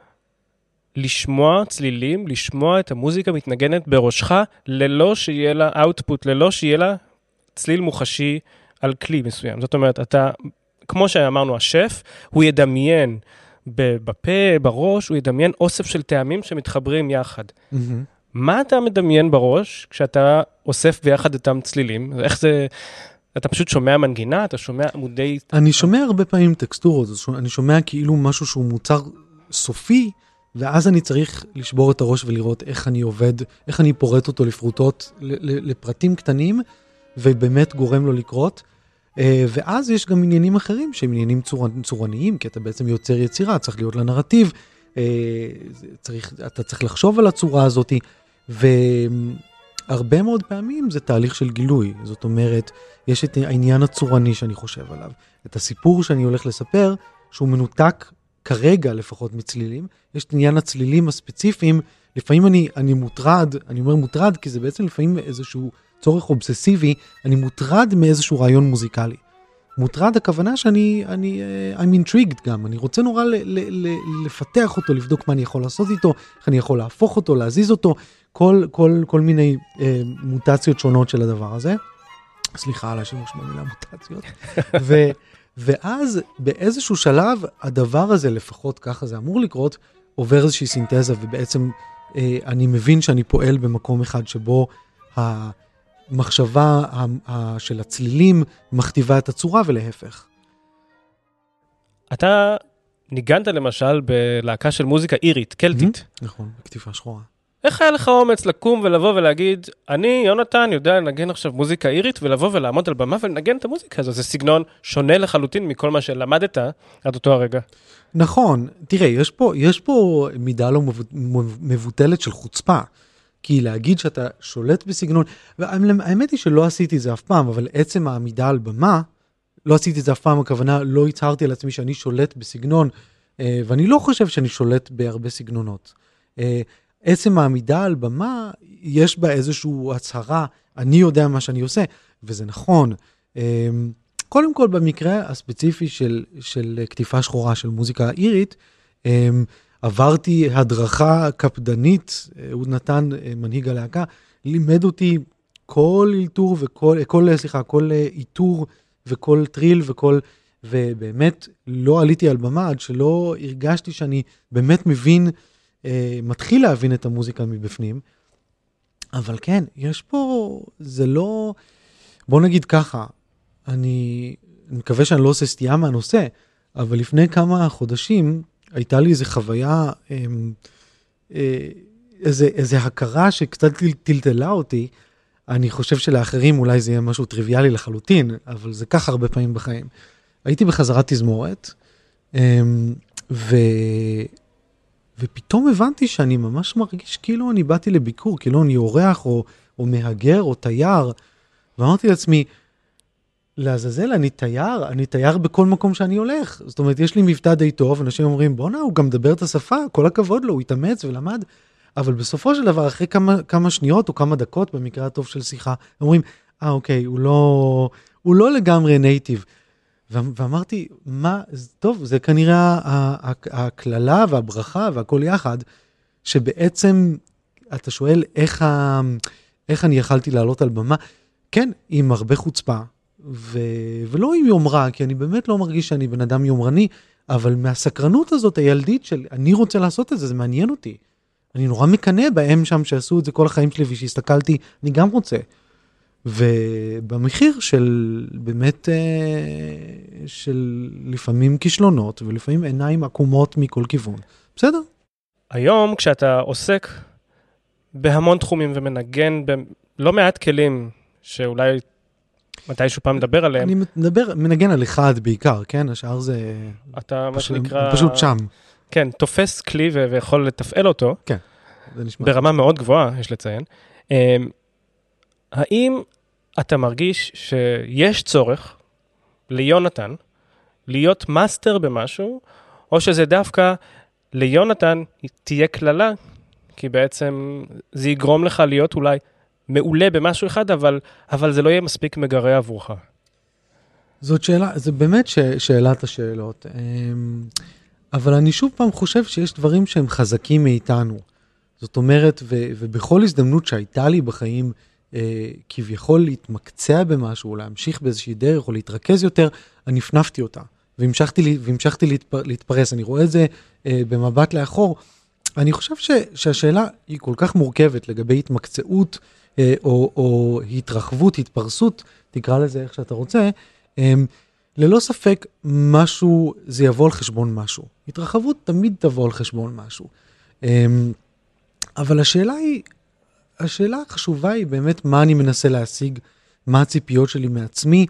לשמוע צלילים, לשמוע את המוזיקה מתנגנת בראשך, ללא שיהיה לה אאוטפוט, ללא שיהיה לה צליל מוחשי על כלי מסוים. זאת אומרת, אתה, כמו שאמרנו, השף, הוא ידמיין בפה, בראש, הוא ידמיין אוסף של טעמים שמתחברים יחד. מה אתה מדמיין בראש כשאתה אוסף ביחד אותם צלילים? איך זה... אתה פשוט שומע מנגינה, אתה שומע עמודי... אני שומע הרבה פעמים טקסטורות, אני שומע כאילו משהו שהוא מוצר סופי, ואז אני צריך לשבור את הראש ולראות איך אני עובד, איך אני פורט אותו לפרוטות, לפרטים קטנים, ובאמת גורם לו לקרות. ואז יש גם עניינים אחרים, שהם עניינים צורניים, כי אתה בעצם יוצר יצירה, צריך להיות לנרטיב, אתה צריך לחשוב על הצורה הזאת, והרבה מאוד פעמים זה תהליך של גילוי. זאת אומרת, יש את העניין הצורני שאני חושב עליו, את הסיפור שאני הולך לספר, שהוא מנותק כרגע לפחות מצלילים, יש את עניין הצלילים הספציפיים, לפעמים אני מוטרד, אני אומר מוטרד, כי זה בעצם לפעמים איזשהו צורך אובססיבי, אני מוטרד מאיזשהו רעיון מוזיקלי. מוטרד הכוונה I'm intrigued גם, אני רוצה נורא לפתח אותו, לבדוק מה אני יכול לעשות איתו, איך אני יכול להפוך אותו, להזיז אותו, כל מיני מוטציות שונות של הדבר הזה. סליחה על השימוש במילה מוטציות. ואז באיזשהו שלב, הדבר הזה, לפחות ככה זה אמור לקרות, עובר איזושהי סינתזה, ובעצם אני מבין שאני פועל במקום אחד שבו המחשבה של הצלילים מכתיבה את הצורה ולהפך. אתה ניגנת למשל בלהקה של מוזיקה אירית, קלטית. נכון, בכתיבה שחורה. איך היה לך אומץ לקום ולבוא ולהגיד, אני, יונתן, יודע לנגן עכשיו מוזיקה אירית, ולבוא ולעמוד על במה ולנגן את המוזיקה הזו? זה סגנון שונה לחלוטין מכל מה שלמדת עד אותו הרגע. נכון, תראה, יש פה מידה לא מבוטלת של חוצפה, כי להגיד שאתה שולט בסגנון, והאמת היא שלא עשיתי את זה אף פעם, אבל עצם העמידה על במה, לא עשיתי את זה אף פעם, הכוונה, לא הצהרתי על עצמי שאני שולט בסגנון, ואני לא חושב שאני שולט בהרבה סגנונות. עצם העמידה על במה, יש בה איזושהי הצהרה, אני יודע מה שאני עושה, וזה נכון. קודם כל, במקרה הספציפי של כתיבה שחורה של מוזיקה אירית, עברתי הדרכה קפדנית, הוא נתן מנהיג הלהקה, לימד אותי כל אילתור כל איתור וכל טריל ובאמת לא עליתי על במה עד שלא הרגשתי שאני באמת מתחיל להבין את המוזיקה מבפנים. אבל כן, יש פה, זה לא, בוא נגיד ככה, אני מקווה שאני לא עושה סטייה מהנושא, אבל לפני כמה חודשים הייתה לי איזו חוויה, איזו הכרה שקצת טלטלה אותי. אני חושב שלאחרים אולי זה יהיה משהו טריוויאלי לחלוטין, אבל זה כך הרבה פעמים בחיים. הייתי בחזרת תזמורת, ופתאום הבנתי שאני ממש מרגיש כאילו אני באתי לביקור, כאילו אני אורח או מהגר או תייר, ואמרתי לעצמי, לעזאזל, אני תייר בכל מקום שאני הולך. זאת אומרת, יש לי מבטא די טוב, אנשים אומרים, בוא הוא גם מדבר את השפה, כל הכבוד לו, הוא התאמץ ולמד, אבל בסופו של דבר, אחרי כמה שניות או כמה דקות, במקרה הטוב של שיחה, אומרים, אוקיי, הוא לא לגמרי נייטיב. ואמרתי, טוב, זה כנראה הכללה והברכה והכל יחד, שבעצם אתה שואל איך אני יכלתי לעלות על במה, כן, עם הרבה חוצפה, ולא עם יומרה, כי אני באמת לא מרגיש שאני בן אדם יומרני, אבל מהסקרנות הזאת הילדית של אני רוצה לעשות את זה, זה מעניין אותי. אני נורא מקנא בהם שם שעשו את זה כל החיים שלי, ושהסתכלתי, אני גם רוצה. ובמחיר של באמת, של לפעמים כישלונות, ולפעמים עיניים עקומות מכל כיוון. בסדר? היום כשאתה עוסק בהמון תחומים ומנגן בלא מעט כלים שאולי מתישהו פעם מדבר עליהם. אני מנגן על אחד בעיקר, כן? השאר זה אתה מה שנקרא פשוט שם. כן, תופס כלי ויכול לתפעל אותו. כן, זה נשמע. ברמה מאוד גבוהה, יש לציין. האם אתה מרגיש שיש צורך ליונתן להיות מאסטר במשהו, או שזה דווקא ליונתן תהיה כללה, כי בעצם זה יגרום לך להיות אולי מעולה במשהו אחד, אבל זה לא יהיה מספיק מגרה עבורך. זאת שאלה, זה באמת שאלת השאלות. אבל אני שוב פעם חושב שיש דברים שהם חזקים מאיתנו. זאת אומרת, ובכל הזדמנות שהייתה לי בחיים, כביכול להתמקצע במשהו, או להמשיך באיזושהי דרך, או להתרכז יותר, אני הפנפתי אותה. והמשכתי להתפרס. אני רואה את זה במבט לאחור. אני חושב שהשאלה היא כל כך מורכבת לגבי התמקצעות, או התרחבות, התפרסות, תקרא לזה איך שאתה רוצה, ללא ספק משהו, זה יבוא על חשבון משהו. התרחבות תמיד תבוא על חשבון משהו. אבל השאלה החשובה היא באמת מה אני מנסה להשיג, מה הציפיות שלי מעצמי,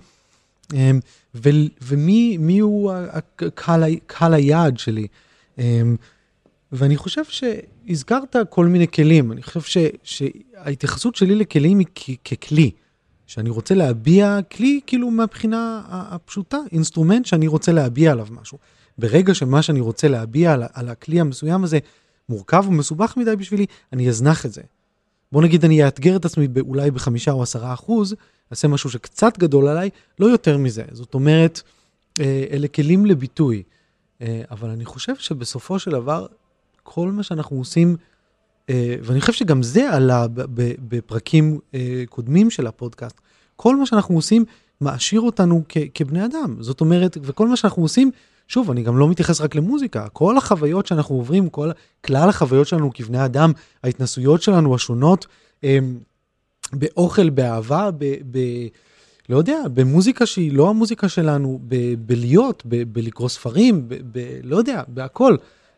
ומי הוא קהל היעד שלי. ואני חושב שהזכרת כל מיני כלים. אני חושב שההתייחסות שלי לכלים היא ככלי. שאני רוצה להביע כלי, כאילו מהבחינה הפשוטה, אינסטרומנט שאני רוצה להביע עליו משהו. ברגע שמה שאני רוצה להביע על הכלי המסוים הזה, מורכב ומסובך מדי בשבילי, אני אזנח את זה. בוא נגיד, אני אאתגר את עצמי אולי ב5 או 10%, אעשה משהו שקצת גדול עליי, לא יותר מזה. זאת אומרת, אלה כלים לביטוי. אבל אני חושב שבסופו של דבר, כל מה שאנחנו עושים, ואני חושב שגם זה עלה בפרקים קודמים של הפודקאסט, כל מה שאנחנו עושים מעשיר אותנו כבני אדם. זאת אומרת, וכל מה שאנחנו עושים, שוב, אני גם לא מתייחס רק למוזיקה, כל החוויות שאנחנו עוברים, כלל החוויות שלנו כבני אדם, ההתנסויות שלנו השונות, באוכל, באהבה, לא יודע, במוזיקה שהיא לא המוזיקה שלנו, בלהיות, בלקרוא ספרים, לא יודע, בהכל.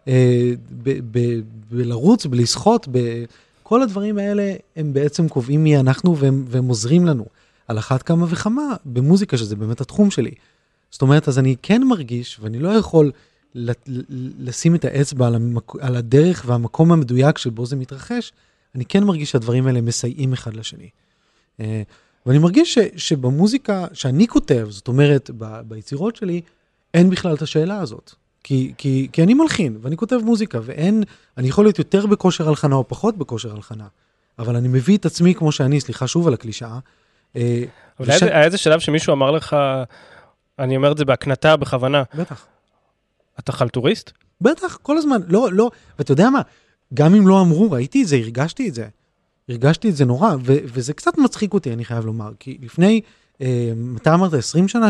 בלרוץ, בלשחות, כל הדברים האלה הם בעצם קובעים מי אנחנו והם עוזרים לנו. על אחת כמה וכמה במוזיקה, שזה באמת התחום שלי. זאת אומרת, אז אני כן מרגיש, ואני לא יכול לשים את האצבע על הדרך והמקום המדויק שבו זה מתרחש, אני כן מרגיש שהדברים האלה מסייעים אחד לשני. ואני מרגיש שבמוזיקה שאני כותב, זאת אומרת, ביצירות שלי, אין בכלל את השאלה הזאת. כי אני מלחין, ואני כותב מוזיקה, אני יכול להיות יותר בכושר הלחנה או פחות בכושר הלחנה, אבל אני מביא את עצמי כמו שאני, סליחה שוב על הקלישאה. אבל היה איזה שלב שמישהו אמר לך, אני אומר את זה בהקנתה, בכוונה. בטח. אתה חלטוריסט? בטח, כל הזמן. לא, ואתה יודע מה? גם אם לא אמרו, ראיתי את זה, הרגשתי את זה. הרגשתי את זה נורא, וזה קצת מצחיק אותי, אני חייב לומר, כי לפני, אתה אמרת 20 שנה,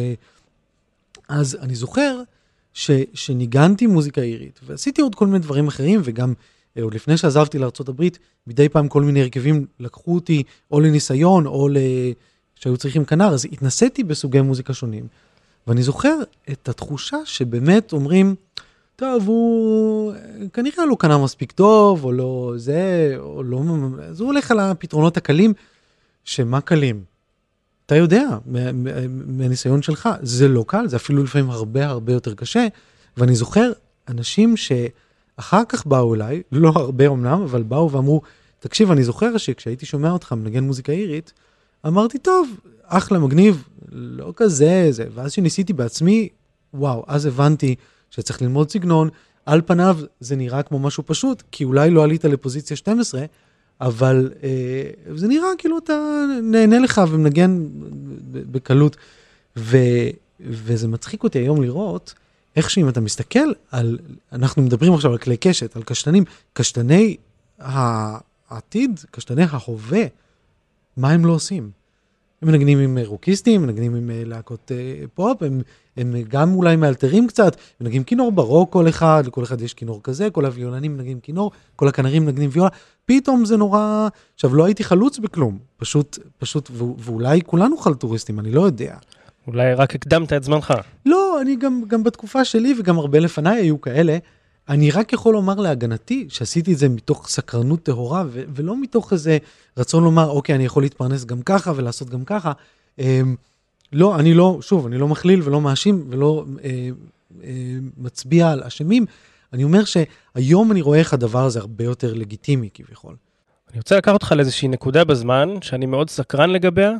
אז אני זוכר שניגנתי מוזיקה אירית, ועשיתי עוד כל מיני דברים אחרים, וגם עוד לפני שעזבתי לארצות הברית, מדי פעם כל מיני הרכבים לקחו אותי, או לניסיון, או שהיו צריכים כנר, אז התנסיתי בסוגי מוזיקה שונים. ואני זוכר את התחושה שבאמת אומרים, טוב, הוא כנראה לא כנר מספיק טוב, או לא זה, או לא, אז הוא הולך על הפתרונות הקלים, שמה קלים? אתה יודע, מהניסיון שלך, זה לא קל, זה אפילו לפעמים הרבה הרבה יותר קשה, ואני זוכר אנשים שאחר כך באו אליי, לא הרבה אמנם, אבל באו ואמרו, תקשיב, אני זוכר שכשהייתי שומע אותך מנגן מוזיקה אירית, אמרתי, טוב, אחלה, מגניב, לא כזה, זה, ואז שניסיתי בעצמי, וואו, אז הבנתי שצריך ללמוד סגנון, על פניו זה נראה כמו משהו פשוט, כי אולי לא עלית לפוזיציה 12, אבל זה נראה כאילו אתה נהנה לך ומנגן בקלות, וזה מצחיק אותי היום לראות, איך שאם אתה מסתכל על, אנחנו מדברים עכשיו על כלי קשת, על קשתנים, קשתני העתיד, קשתני ההווה, מה הם לא עושים? הם מנגנים עם רוקיסטים, מנגנים עם להקות פופ, הם גם אולי מאלתרים קצת, מנגנים כינור ברוק כל אחד, לכל אחד יש כינור כזה, כל הוויולנים מנגנים כינור, כל הכנרים מנגנים ויולה, פתאום זה נורא, עכשיו לא הייתי חלוץ בכלום, פשוט, ואולי כולנו חלטוריסטים, אני לא יודע. אולי רק הקדמת את זמנך. לא, אני גם בתקופה שלי וגם הרבה לפניי היו כאלה, אני רק יכול לומר להגנתי שעשיתי את זה מתוך סקרנות טהורה, ולא מתוך איזה רצון לומר, אוקיי, אני יכול להתפרנס גם ככה ולעשות גם ככה. לא, אני לא מכליל ולא מאשים ולא מצביע על אשמים. אני אומר שהיום אני רואה איך הדבר הזה הרבה יותר לגיטימי כביכול. אני רוצה לקחת אותך לאיזושהי נקודה בזמן, שאני מאוד סקרן לגביה.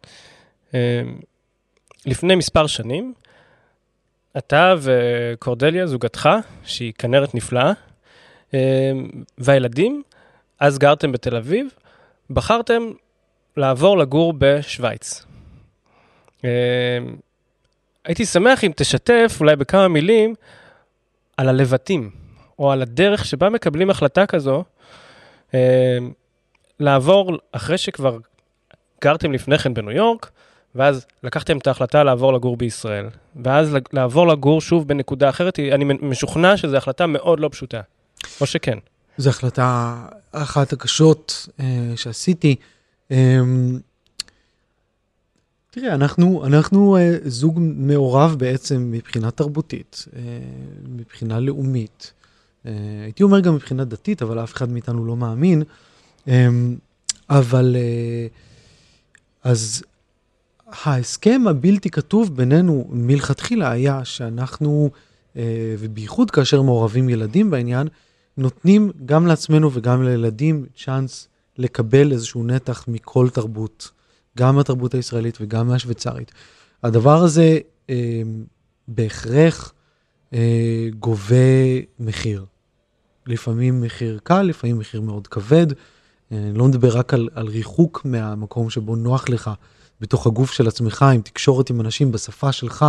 לפני מספר שנים, אתה וקורדליה, זוגתך, שהיא כנרת נפלאה, והילדים, אז גרתם בתל אביב, בחרתם לעבור לגור בשוויץ. הייתי שמח אם תשתף אולי בכמה מילים על הלבטים, או על הדרך שבה מקבלים החלטה כזו, לעבור אחרי שכבר גרתם לפני כן בניו יורק, ואז לקחתם את ההחלטה לעבור לגור בישראל, ואז לעבור לגור שוב בנקודה אחרת, אני משוכנע שזו החלטה מאוד לא פשוטה, או שכן. זו החלטה אחת הקשות שעשיתי. תראה, אנחנו זוג מעורב בעצם מבחינה תרבותית, מבחינה לאומית, הייתי אומר גם מבחינה דתית, אבל אף אחד מאיתנו לא מאמין, אבל אז ההסכם הבלתי כתוב בינינו מלכתחילה היה שאנחנו, ובייחוד כאשר מעורבים ילדים בעניין, נותנים גם לעצמנו וגם לילדים צ'אנס לקבל איזשהו נתח מכל תרבות, גם מהתרבות הישראלית וגם מהשוויצרית. הדבר הזה בהכרח גובה מחיר. לפעמים מחיר קל, לפעמים מחיר מאוד כבד. אני לא מדבר רק על ריחוק מהמקום שבו נוח לך, בתוך הגוף של עצמך, עם תקשורת עם אנשים בשפה שלך,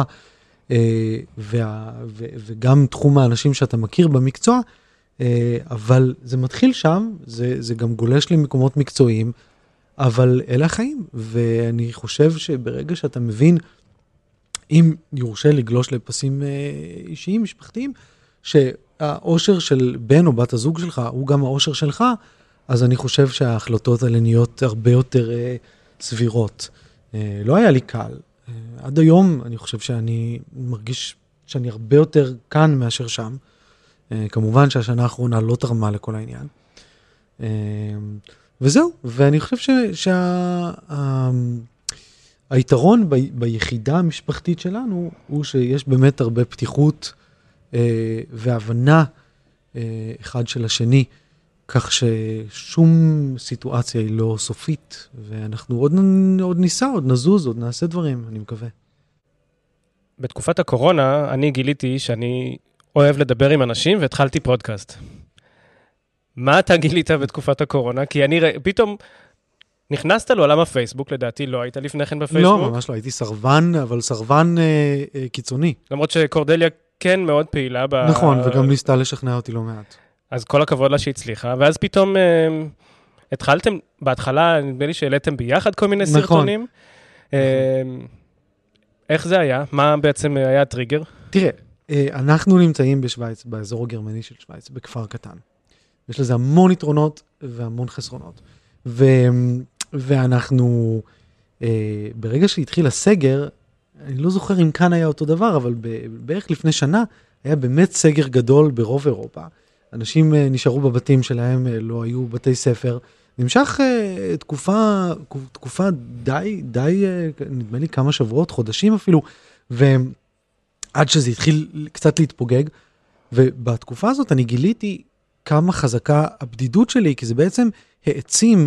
וגם תחום האנשים שאתה מכיר במקצוע, אבל זה מתחיל שם, זה גם גולש למקומות מקצועיים, אבל אלה החיים, ואני חושב שברגע שאתה מבין, אם יורשה לגלוש לפסים אישיים, משפחתיים, שהאושר של בן או בת הזוג שלך, הוא גם האושר שלך, אז אני חושב שההחלטות האלה נהיות הרבה יותר סבירות. לא היה לי קל. עד היום אני חושב שאני מרגיש שאני הרבה יותר כאן מאשר שם. כמובן שהשנה האחרונה לא תרמה לכל העניין. וזהו, ואני חושב שהיתרון ביחידה המשפחתית שלנו הוא שיש באמת הרבה פתיחות והבנה אחד של השני, כך ששום סיטואציה היא לא סופית, ואנחנו עוד ניסע, עוד נזוז, עוד נעשה דברים, אני מקווה. בתקופת הקורונה אני גיליתי שאני אוהב לדבר עם אנשים והתחלתי פודקאסט. מה אתה גילית בתקופת הקורונה? כי אני פתאום נכנסת לעולם הפייסבוק, לדעתי לא היית לפני כן בפייסבוק. לא, ממש לא, הייתי סרבן, אבל סרבן קיצוני. למרות שקורדליה כן מאוד פעילה. נכון, וגם ניסתה לשכנע אותי לא מעט. אז כל הכבוד לה שהצליחה, ואז פתאום התחלתם, בהתחלה נדמה לי שהעליתם ביחד כל מיני נכון. סרטונים. איך זה היה? מה בעצם היה הטריגר? תראה, אנחנו נמצאים בשוויץ, באזור הגרמני של שוויץ, בכפר קטן. יש לזה המון יתרונות והמון חסרונות. ואנחנו, ברגע שהתחיל הסגר, אני לא זוכר אם כאן היה אותו דבר, אבל בערך לפני שנה, היה באמת סגר גדול ברוב אירופה. אנשים נשארו בבתים שלהם, לא היו בתי ספר. נמשך תקופה די, נדמה לי כמה שבועות, חודשים אפילו, ועד שזה התחיל קצת להתפוגג. ובתקופה הזאת אני גיליתי כמה חזקה הבדידות שלי, כי זה בעצם העצים,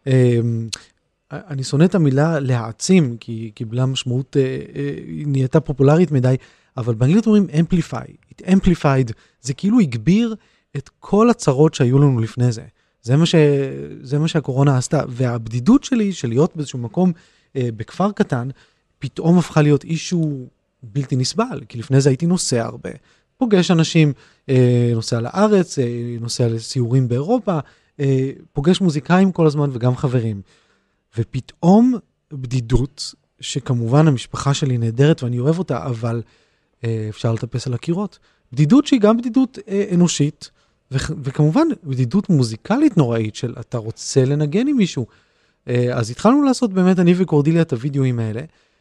אני שונא את המילה להעצים, כי היא קיבלה משמעות, היא נהייתה פופולרית מדי, אבל באנגלית אומרים amplify, it amplified, זה כאילו הגביר את כל הצרות שהיו לנו לפני זה. זה מה שהקורונה עשתה, והבדידות שלי, של להיות באיזשהו מקום בכפר קטן, פתאום הפכה להיות אישו בלתי נסבל, כי לפני זה הייתי נוסע הרבה, פוגש אנשים, נוסע לארץ, נוסע לסיורים באירופה, פוגש מוזיקאים כל הזמן וגם חברים. ופתאום בדידות, שכמובן המשפחה שלי נהדרת ואני אוהב אותה, אבל אפשר לטפס על הקירות. בדידות שהיא גם בדידות אנושית, וכמובן בדידות מוזיקלית נוראית של אתה רוצה לנגן עם מישהו. אז התחלנו לעשות באמת אני וקורדיליה את הוידאוים האלה,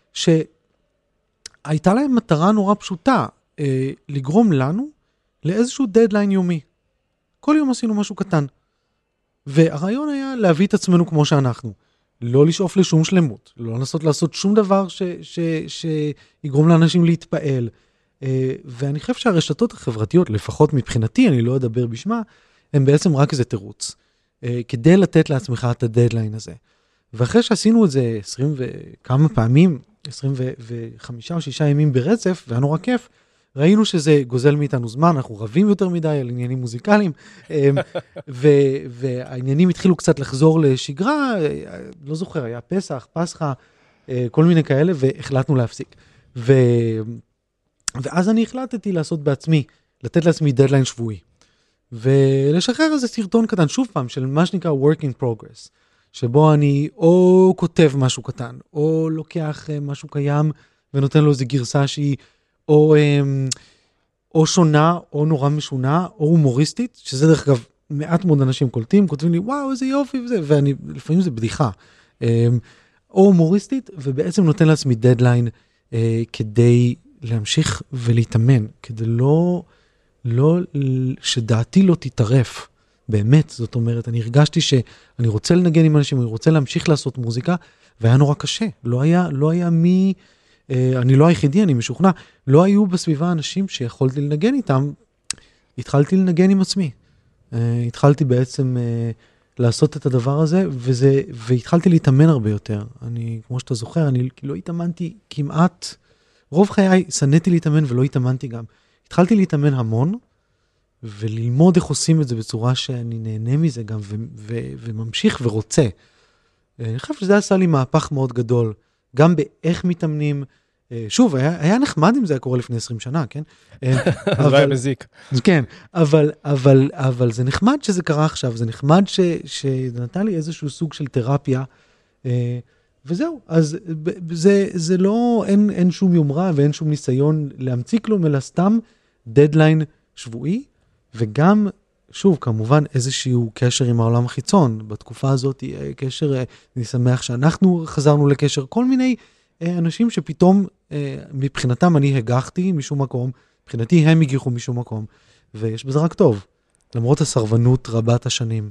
שהייתה להם מטרה נורא פשוטה, לגרום לנו לאיזשהו דדליין יומי. כל יום עשינו משהו קטן. והרעיון היה להביא את עצמנו כמו שאנחנו. לא לשאוף לשום שלמות, לא לנסות לעשות שום דבר שיגרום לאנשים להתפעל. ואני חושב שהרשתות החברתיות, לפחות מבחינתי, אני לא אדבר בשמה, הם בעצם רק איזה תירוץ. כדי לתת לעצמך את הדדליין הזה. ואחרי שעשינו את זה 20 וכמה פעמים, 25 או 6 ימים ברצף, והיה נורא כיף, ראינו שזה גוזל מאיתנו זמן, אנחנו רבים יותר מדי על עניינים מוזיקליים, והעניינים התחילו קצת לחזור לשגרה, לא זוכר, היה פסח, פסחה, כל מיני כאלה, והחלטנו להפסיק. ואז אני החלטתי לעשות בעצמי, לתת לעצמי דדליין שבועי, ולשחרר איזה סרטון קטן, שוב פעם, של מה שנקרא work in progress, שבו אני או כותב משהו קטן, או לוקח משהו קיים, ונותן לו איזו גרסה שהיא או שונה, או נורא משונה, או הומוריסטית, שזה דרך אגב, מעט מאוד אנשים קולטים, כותבים לי, וואו, איזה יופי וזה, ואני, לפעמים זה בדיחה. או הומוריסטית, ובעצם נותן לעצמי דדליין, כדי להמשיך ולהתאמן, כדי שדעתי לא תתערף. באמת, זאת אומרת, אני הרגשתי שאני רוצה לנגן עם אנשים, אני רוצה להמשיך לעשות מוזיקה, והיה נורא קשה. לא היה מי... אני לא היחידי, אני משוכנע, לא היו בסביבה אנשים שיכולתי לנגן איתם, התחלתי לנגן עם עצמי. התחלתי בעצם לעשות את הדבר הזה, והתחלתי להתאמן הרבה יותר. כמו שאתה זוכר, אני לא התאמנתי כמעט, רוב חיי שנאתי להתאמן ולא התאמנתי גם. התחלתי להתאמן המון, וללמוד איך עושים את זה בצורה שאני נהנה מזה גם, וממשיך ורוצה. אני חושב שזה עשה לי מהפך מאוד גדול, גם באיך מתאמנים, שוב, היה נחמד אם זה היה קורה לפני 20 שנה, כן? אז לא היה מזיק. כן, אבל זה נחמד שזה קרה עכשיו, זה נחמד שנתן לי איזשהו סוג של תרפיה, וזהו, אז זה לא, אין שום יומרה ואין שום ניסיון להמציא כלום, אלא סתם דדליין שבועי, וגם, שוב, כמובן איזשהו קשר עם העולם החיצון, בתקופה הזאת קשר, אני שמח שאנחנו חזרנו לקשר, כל מיני אנשים שפתאום מבחינתם אני הגחתי משום מקום, מבחינתי הם הגיחו משום מקום, ויש בזה רק טוב, למרות הסרבנות רבת השנים.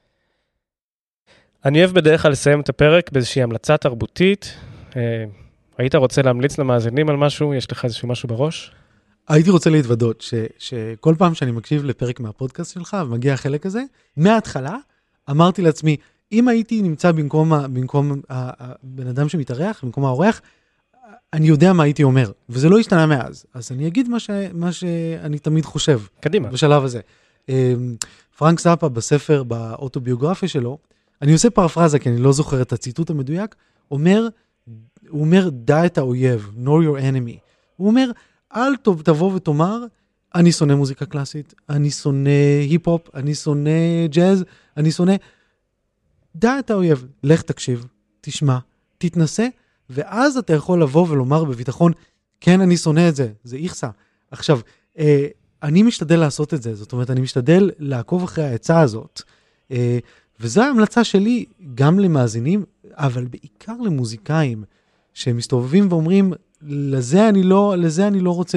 אני אוהב בדרך כלל לסיים את הפרק באיזושהי המלצה תרבותית. היית רוצה להמליץ למאזינים על משהו? יש לך איזשהו משהו בראש? הייתי רוצה להתוודות שכל פעם שאני מקשיב לפרק מהפודקאסט שלך ומגיע החלק הזה, מההתחלה אמרתי לעצמי, אם הייתי נמצא במקום הבן אדם שמתארח, במקום האורח, אני יודע מה הייתי אומר, וזה לא השתנה מאז. אז אני אגיד מה שאני תמיד חושב. קדימה. בשלב הזה. פרנק זאפה בספר, באוטוביוגרפיה שלו, אני עושה פרפרזה, כי אני לא זוכר את הציטוט המדויק, הוא אומר, דע את האויב, know your enemy. הוא אומר, אל תבוא ותאמר, אני שונא מוזיקה קלאסית, אני שונא היפ-הופ, אני שונא ג'אז, אני שונא... דע את האויב, לך תקשיב, תשמע, תתנסה, ואז אתה יכול לבוא ולומר בביטחון, כן, אני שונא את זה, זה איכסה. עכשיו, אני משתדל לעשות את זה, זאת אומרת, אני משתדל לעקוב אחרי העצה הזאת, וזו ההמלצה שלי גם למאזינים, אבל בעיקר למוזיקאים, שמסתובבים ואומרים, מזה אני לא רוצה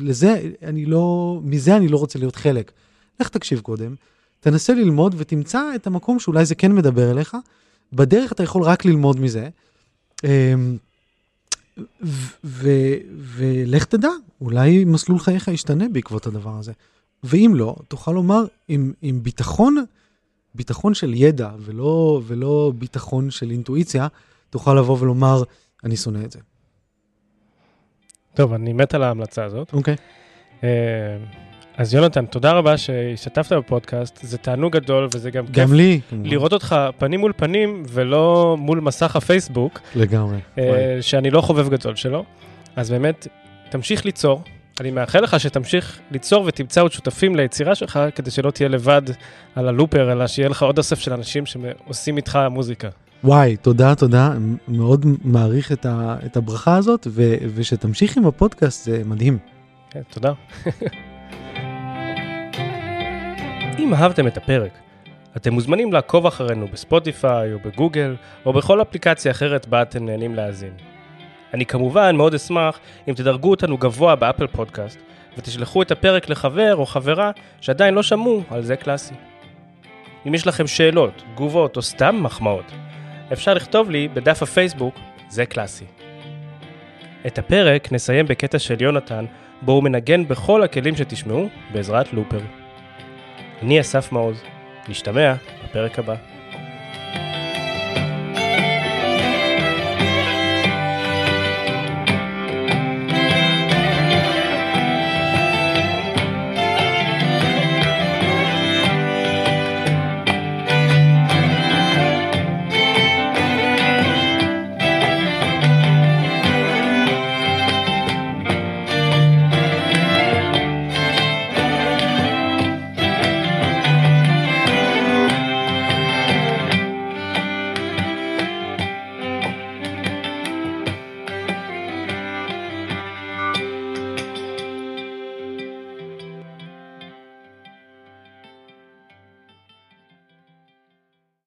להיות חלק. לך תקשיב קודם, תנסה ללמוד ותמצא את המקום שאולי זה כן מדבר אליך, בדרך אתה יכול רק ללמוד מזה, ולך תדע, אולי מסלול חייך ישתנה בעקבות הדבר הזה. ואם לא, תוכל לומר, עם ביטחון של ידע, ולא ביטחון של אינטואיציה, תוכל לבוא ולומר, אני שונא את זה. טוב, אני מת על ההמלצה הזאת. אוקיי. אז יונתן, תודה רבה שהשתתפת בפודקאסט, זה תענוג גדול, וזה גם כיף לי, לראות אותך פנים מול פנים, ולא מול מסך הפייסבוק. לגמרי. שאני לא חובב גדול שלו. אז באמת, תמשיך ליצור. אני מאחל לך שתמשיך ליצור ותמצא עוד שותפים ליצירה שלך, כדי שלא תהיה לבד על הלופר, אלא שיהיה לך עוד אוסף של אנשים שעושים איתך מוזיקה. וואי, תודה. מאוד מעריך את הברכה הזאת, ושתמשיך עם הפודקאסט, זה מדהים. תודה. אם אהבתם את הפרק, אתם מוזמנים לעקוב אחרינו בספוטיפיי או בגוגל, או בכל אפליקציה אחרת בה אתם נהנים להאזין. אני כמובן מאוד אשמח אם תדרגו אותנו גבוה באפל פודקאסט, ותשלחו את הפרק לחבר או חברה שעדיין לא שמעו על זה קלאסי. אם יש לכם שאלות, תגובות או סתם מחמאות, אפשר לכתוב לי בדף הפייסבוק, זה קלאסי. את הפרק נסיים בקטע של יונתן, בו הוא מנגן בכל הכלים שתשמעו בעזרת לופר. אני אסף מעוז, נשתמע בפרק הבא.